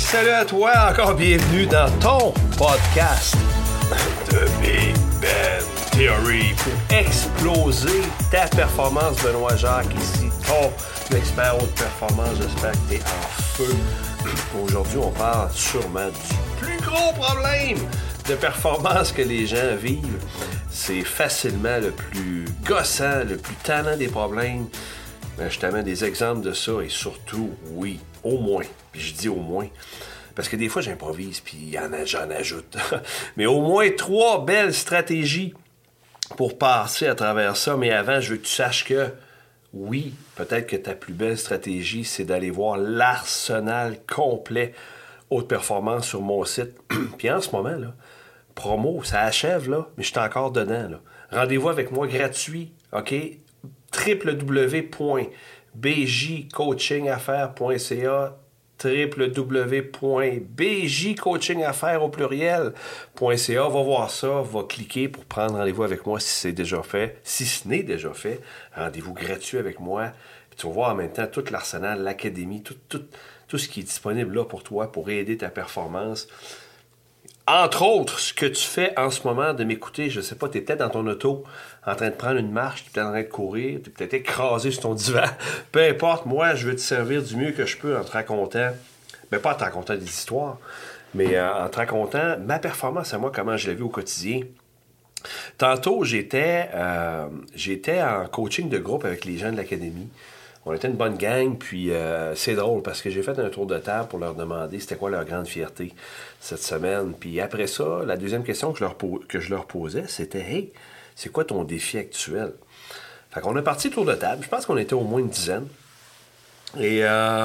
Salut à toi, encore bienvenue dans ton podcast de Big Ben Theory pour exploser ta performance. Benoît Jacques ici, ton expert haute performance. J'espère que tu es en feu. Aujourd'hui, on parle sûrement du plus gros problème de performance que les gens vivent. C'est facilement le plus gossant, le plus tannant des problèmes. Je t'amène des exemples de ça et surtout, oui, au moins, puis je dis au moins, parce que des fois j'improvise puis j'en ajoute, mais au moins 3 belles stratégies pour passer à travers ça. Mais avant, je veux que tu saches que, oui, peut-être que ta plus belle stratégie, c'est d'aller voir l'arsenal complet haute performance sur mon site. Puis en ce moment, là, promo, ça achève, là, mais je suis encore dedans, là. Rendez-vous avec moi gratuit, OK? www.bjcoachingaffaires.ca www.bjcoachingaffaires au pluriel.ca. Va voir ça, va cliquer pour prendre rendez-vous avec moi si c'est déjà fait. Si ce n'est déjà fait, rendez-vous gratuit avec moi. Puis tu vas voir en même temps tout l'arsenal, l'académie, tout ce qui est disponible là pour toi, pour aider ta performance. Entre autres, ce que tu fais en ce moment de m'écouter, je sais pas, tu es peut-être dans ton auto, en train de prendre une marche, tu es peut-être en train de courir, tu es peut-être écrasé sur ton divan. Peu importe, moi, je veux te servir du mieux que je peux en te racontant, mais pas en te racontant des histoires, mais en te racontant ma performance à moi, comment je l'ai vu au quotidien. Tantôt, j'étais en coaching de groupe avec les gens de l'académie. On était une bonne gang, puis c'est drôle parce que j'ai fait un tour de table pour leur demander c'était quoi leur grande fierté cette semaine. Puis après ça, la deuxième question que je leur posais, c'était « Hey, c'est quoi ton défi actuel? » Fait qu'on a parti tour de table. Je pense qu'on était au moins une dizaine. Et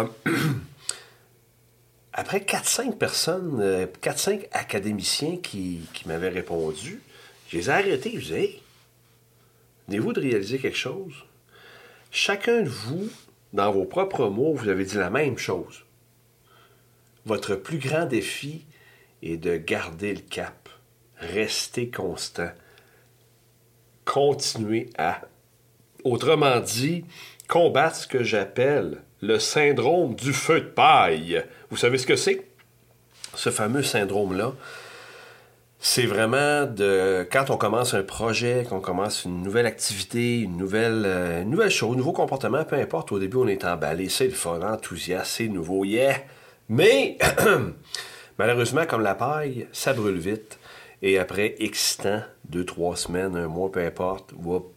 après 4-5 personnes, 4-5 académiciens qui m'avaient répondu, je les ai arrêtés. Je disais « Hey, venez-vous de réaliser quelque chose? » Chacun de vous, dans vos propres mots, vous avez dit la même chose. Votre plus grand défi est de garder le cap, rester constant, continuer à, autrement dit, combattre ce que j'appelle le syndrome du feu de paille. Vous savez ce que c'est? Ce fameux syndrome-là, c'est vraiment quand on commence un projet, qu'on commence une nouvelle activité, une nouvelle chose, un nouveau comportement, peu importe, au début on est emballé, c'est le fun, enthousiaste, c'est nouveau, yeah! Mais, malheureusement, comme la paille, ça brûle vite. Et après X temps, 2-3 semaines, un mois, peu importe,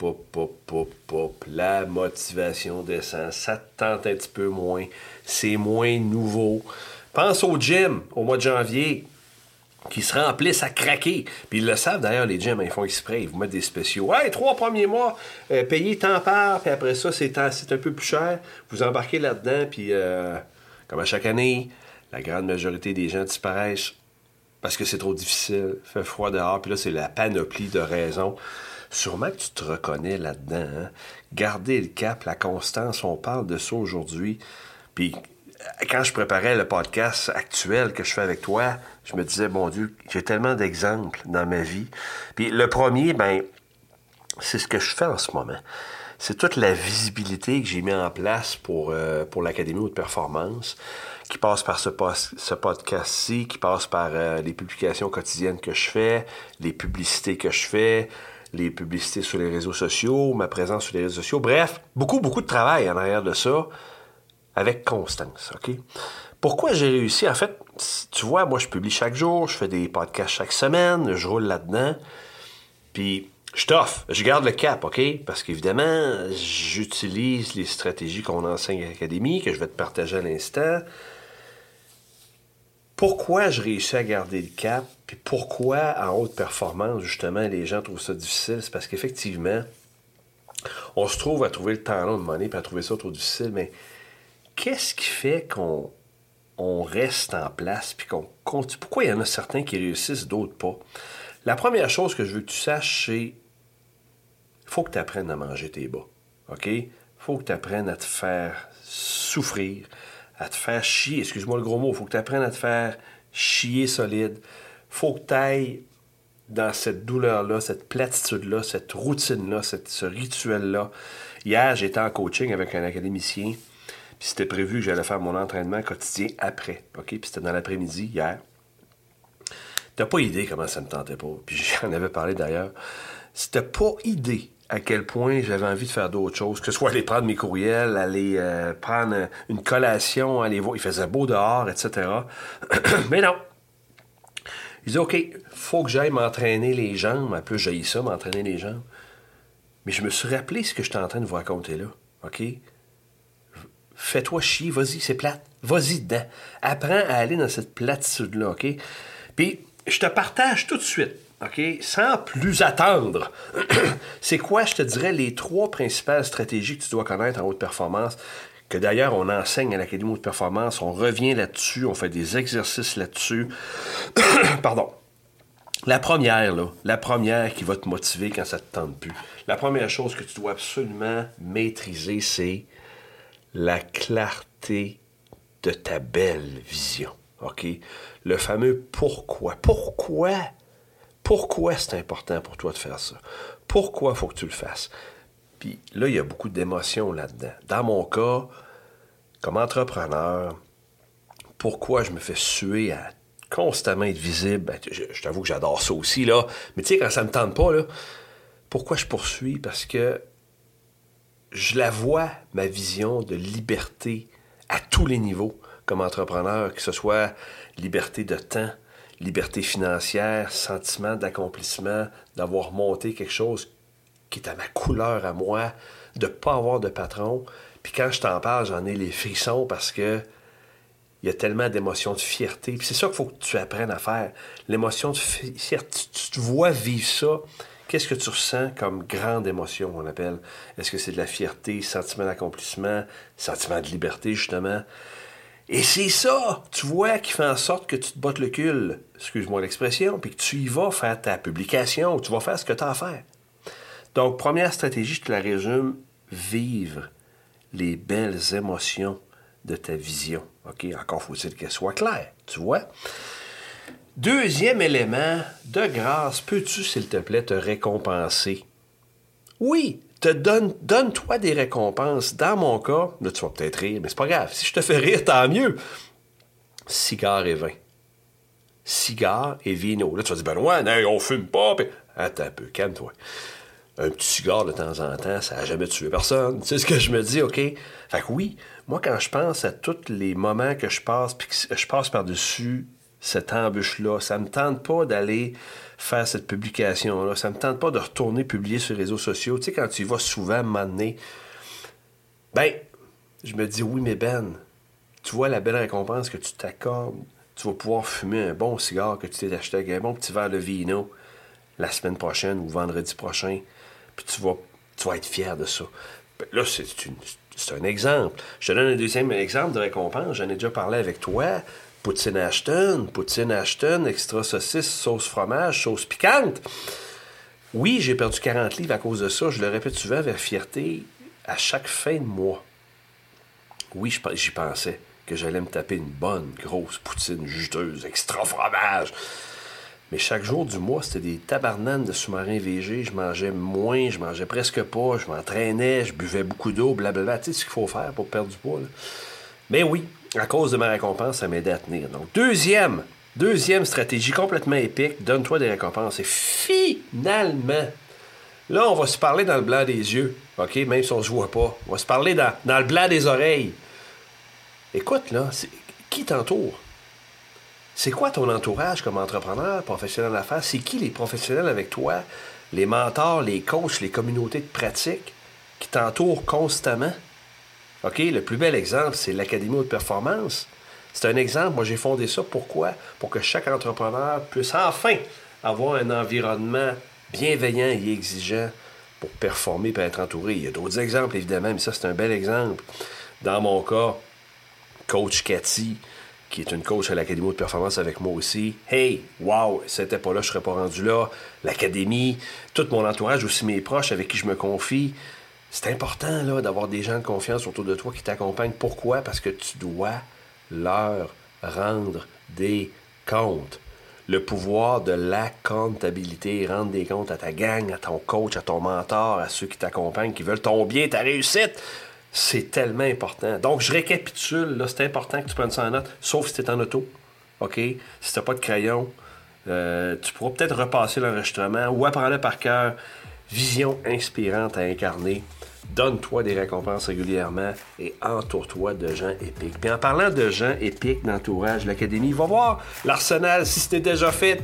la motivation descend, ça te tente un petit peu moins, c'est moins nouveau. Pense au gym, au mois de janvier, qui se remplissent à craquer. Puis ils le savent d'ailleurs, les gyms, ils font exprès, ils vous mettent des spéciaux. Hey, 3 premiers mois, payez tant part, puis après ça, c'est un peu plus cher. Vous embarquez là-dedans, puis comme à chaque année, la grande majorité des gens disparaissent parce que c'est trop difficile, fait froid dehors, puis là, c'est la panoplie de raisons. Sûrement que tu te reconnais là-dedans. Hein? Garder le cap, la constance, on parle de ça aujourd'hui. Puis quand je préparais le podcast actuel que je fais avec toi, je me disais, bon Dieu, j'ai tellement d'exemples dans ma vie. Puis le premier, c'est ce que je fais en ce moment. C'est toute la visibilité que j'ai mis en place pour l'Académie Haute Performance, qui passe par ce podcast-ci, qui passe par les publications quotidiennes que je fais, les publicités que je fais, les publicités sur les réseaux sociaux, ma présence sur les réseaux sociaux. Bref, beaucoup de travail en arrière de ça, avec constance, OK? Pourquoi j'ai réussi? En fait, tu vois, moi, je publie chaque jour, je fais des podcasts chaque semaine, je roule là-dedans, puis je t'offre, je garde le cap, OK? Parce qu'évidemment, j'utilise les stratégies qu'on enseigne à l'Académie, que je vais te partager à l'instant. Pourquoi je réussis à garder le cap, puis pourquoi, en haute performance, justement, les gens trouvent ça difficile? C'est parce qu'effectivement, on se trouve à trouver le temps long de monnaie, puis à trouver ça trop difficile, mais qu'est-ce qui fait qu'on reste en place puis qu'on continue? Pourquoi il y en a certains qui réussissent, d'autres pas? La première chose que je veux que tu saches, c'est il faut que tu apprennes à manger tes bas. OK? Il faut que tu apprennes à te faire souffrir, à te faire chier. Excuse-moi le gros mot. Il faut que tu apprennes à te faire chier solide. Il faut que tu ailles dans cette douleur-là, cette platitude-là, cette routine-là, ce rituel-là. Hier, j'étais en coaching avec un académicien. Puis c'était prévu que j'allais faire mon entraînement quotidien après. OK? Puis c'était dans l'après-midi, hier. T'as pas idée comment ça me tentait pas. Puis j'en avais parlé d'ailleurs. C'était pas idée à quel point j'avais envie de faire d'autres choses, que ce soit aller prendre mes courriels, aller prendre une collation, aller voir. Il faisait beau dehors, etc. Mais non. Je dis, OK, faut que j'aille m'entraîner les jambes. En plus, j'ai ça, m'entraîner les jambes. Mais je me suis rappelé ce que j'étais en train de vous raconter là. OK? Fais-toi chier, vas-y, c'est plate. Vas-y dedans. Apprends à aller dans cette platitude-là, OK? Puis, je te partage tout de suite, OK? Sans plus attendre. C'est quoi, je te dirais, les 3 principales stratégies que tu dois connaître en haute performance, que d'ailleurs, on enseigne à l'Académie Haute Performance, on revient là-dessus, on fait des exercices là-dessus. Pardon. La première qui va te motiver quand ça ne te tente plus. La première chose que tu dois absolument maîtriser, c'est la clarté de ta belle vision. OK? Le fameux pourquoi. Pourquoi c'est important pour toi de faire ça? Pourquoi il faut que tu le fasses? Puis là, il y a beaucoup d'émotions là-dedans. Dans mon cas, comme entrepreneur, pourquoi je me fais suer à constamment être visible? Ben, je t'avoue que j'adore ça aussi, là. Mais tu sais, quand ça me tente pas, là, pourquoi je poursuis? Parce que je la vois, ma vision de liberté à tous les niveaux comme entrepreneur, que ce soit liberté de temps, liberté financière, sentiment d'accomplissement, d'avoir monté quelque chose qui est à ma couleur à moi, de ne pas avoir de patron. Puis quand je t'en parle, j'en ai les frissons parce que il y a tellement d'émotions de fierté. Puis c'est ça qu'il faut que tu apprennes à faire. L'émotion de fierté, tu te vois vivre ça. Qu'est-ce que tu ressens comme grande émotion, on appelle? Est-ce que c'est de la fierté, sentiment d'accomplissement, sentiment de liberté, justement? Et c'est ça, tu vois, qui fait en sorte que tu te bottes le cul, excuse-moi l'expression, puis que tu y vas faire ta publication, tu vas faire ce que tu as à faire. Donc, première stratégie, je te la résume, vivre les belles émotions de ta vision. OK? Encore faut-il qu'elle soit claire, tu vois? Deuxième élément, de grâce, peux-tu, s'il te plaît, te récompenser? Oui, donne-toi des récompenses. Dans mon cas, là, tu vas peut-être rire, mais c'est pas grave. Si je te fais rire, tant mieux. Cigare et vin. Cigare et vino. Là, tu vas dire, ben ouais, non, on fume pas. Puis... Attends un peu, calme-toi. Un petit cigare de temps en temps, ça n'a jamais tué personne. Tu sais ce que je me dis, OK? Fait que oui, moi, quand je pense à tous les moments que je passe, puis que je passe par-dessus cette embûche-là, ça me tente pas d'aller faire cette publication-là, ça me tente pas de retourner publier sur les réseaux sociaux. Tu sais, quand tu y vas souvent, à un moment donné, ben, je me dis, oui, mais Ben, tu vois la belle récompense que tu t'accordes, tu vas pouvoir fumer un bon cigare que tu t'es acheté avec un bon petit verre de vino la semaine prochaine ou vendredi prochain, puis tu vas être fier de ça. Ben, là, c'est un exemple. Je te donne un deuxième exemple de récompense. J'en ai déjà parlé avec toi. Poutine Ashton, extra saucisse, sauce fromage, sauce piquante. Oui, j'ai perdu 40 livres à cause de ça. Je le répète souvent avec fierté à chaque fin de mois. Oui, j'y pensais que j'allais me taper une bonne grosse poutine juteuse, extra fromage. Mais chaque jour du mois, c'était des tabarnanes de sous-marins VG. Je mangeais moins, je mangeais presque pas, je m'entraînais, je buvais beaucoup d'eau, blablabla. Tu sais ce qu'il faut faire pour perdre du poids, là? Mais oui, à cause de ma récompense, ça m'aidait à tenir. Donc, deuxième stratégie complètement épique, donne-toi des récompenses. Et finalement, là, on va se parler dans le blanc des yeux, OK? Même si on se voit pas. On va se parler dans le blanc des oreilles. Écoute, là, qui t'entoure? C'est quoi ton entourage comme entrepreneur, professionnel d'affaires? C'est qui les professionnels avec toi? Les mentors, les coachs, les communautés de pratique qui t'entourent constamment? OK? Le plus bel exemple, c'est l'Académie Haute Performance. C'est un exemple. Moi, j'ai fondé ça. Pourquoi? Pour que chaque entrepreneur puisse enfin avoir un environnement bienveillant et exigeant pour performer et être entouré. Il y a d'autres exemples, évidemment, mais ça, c'est un bel exemple. Dans mon cas, Coach Cathy, qui est une coach à l'Académie Haute Performance avec moi aussi. Hey, wow, si c'était pas là, je serais pas rendu là. L'Académie, tout mon entourage, aussi mes proches avec qui je me confie. C'est important là, d'avoir des gens de confiance autour de toi qui t'accompagnent. Pourquoi? Parce que tu dois leur rendre des comptes. Le pouvoir de l'accountabilité, rendre des comptes à ta gang, à ton coach, à ton mentor, à ceux qui t'accompagnent, qui veulent ton bien, ta réussite. C'est tellement important. Donc, je récapitule, là, c'est important que tu prennes ça en note, sauf si tu es en auto. OK? Si tu n'as pas de crayon, tu pourras peut-être repasser l'enregistrement ou apprendre par cœur. Vision inspirante à incarner. Donne-toi des récompenses régulièrement et entoure-toi de gens épiques. Puis en parlant de gens épiques d'entourage, l'Académie, va voir l'arsenal si c'était déjà fait,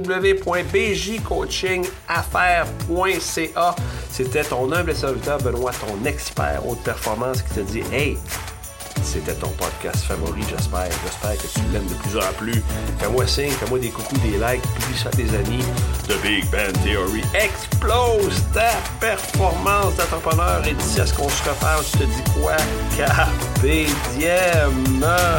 www.bjcoachingaffaires.ca. C'était ton humble serviteur Benoît, ton expert haute performance qui te dit « Hey, c'était ton podcast favori, j'espère. J'espère que tu l'aimes de plus en plus. Fais-moi signe, fais-moi des coucous, des likes, publie ça à tes amis. The Big Bang Theory explose ta performance d'entrepreneur. Et d'ici à ce qu'on se reparle, tu te dis quoi? Carpe diem!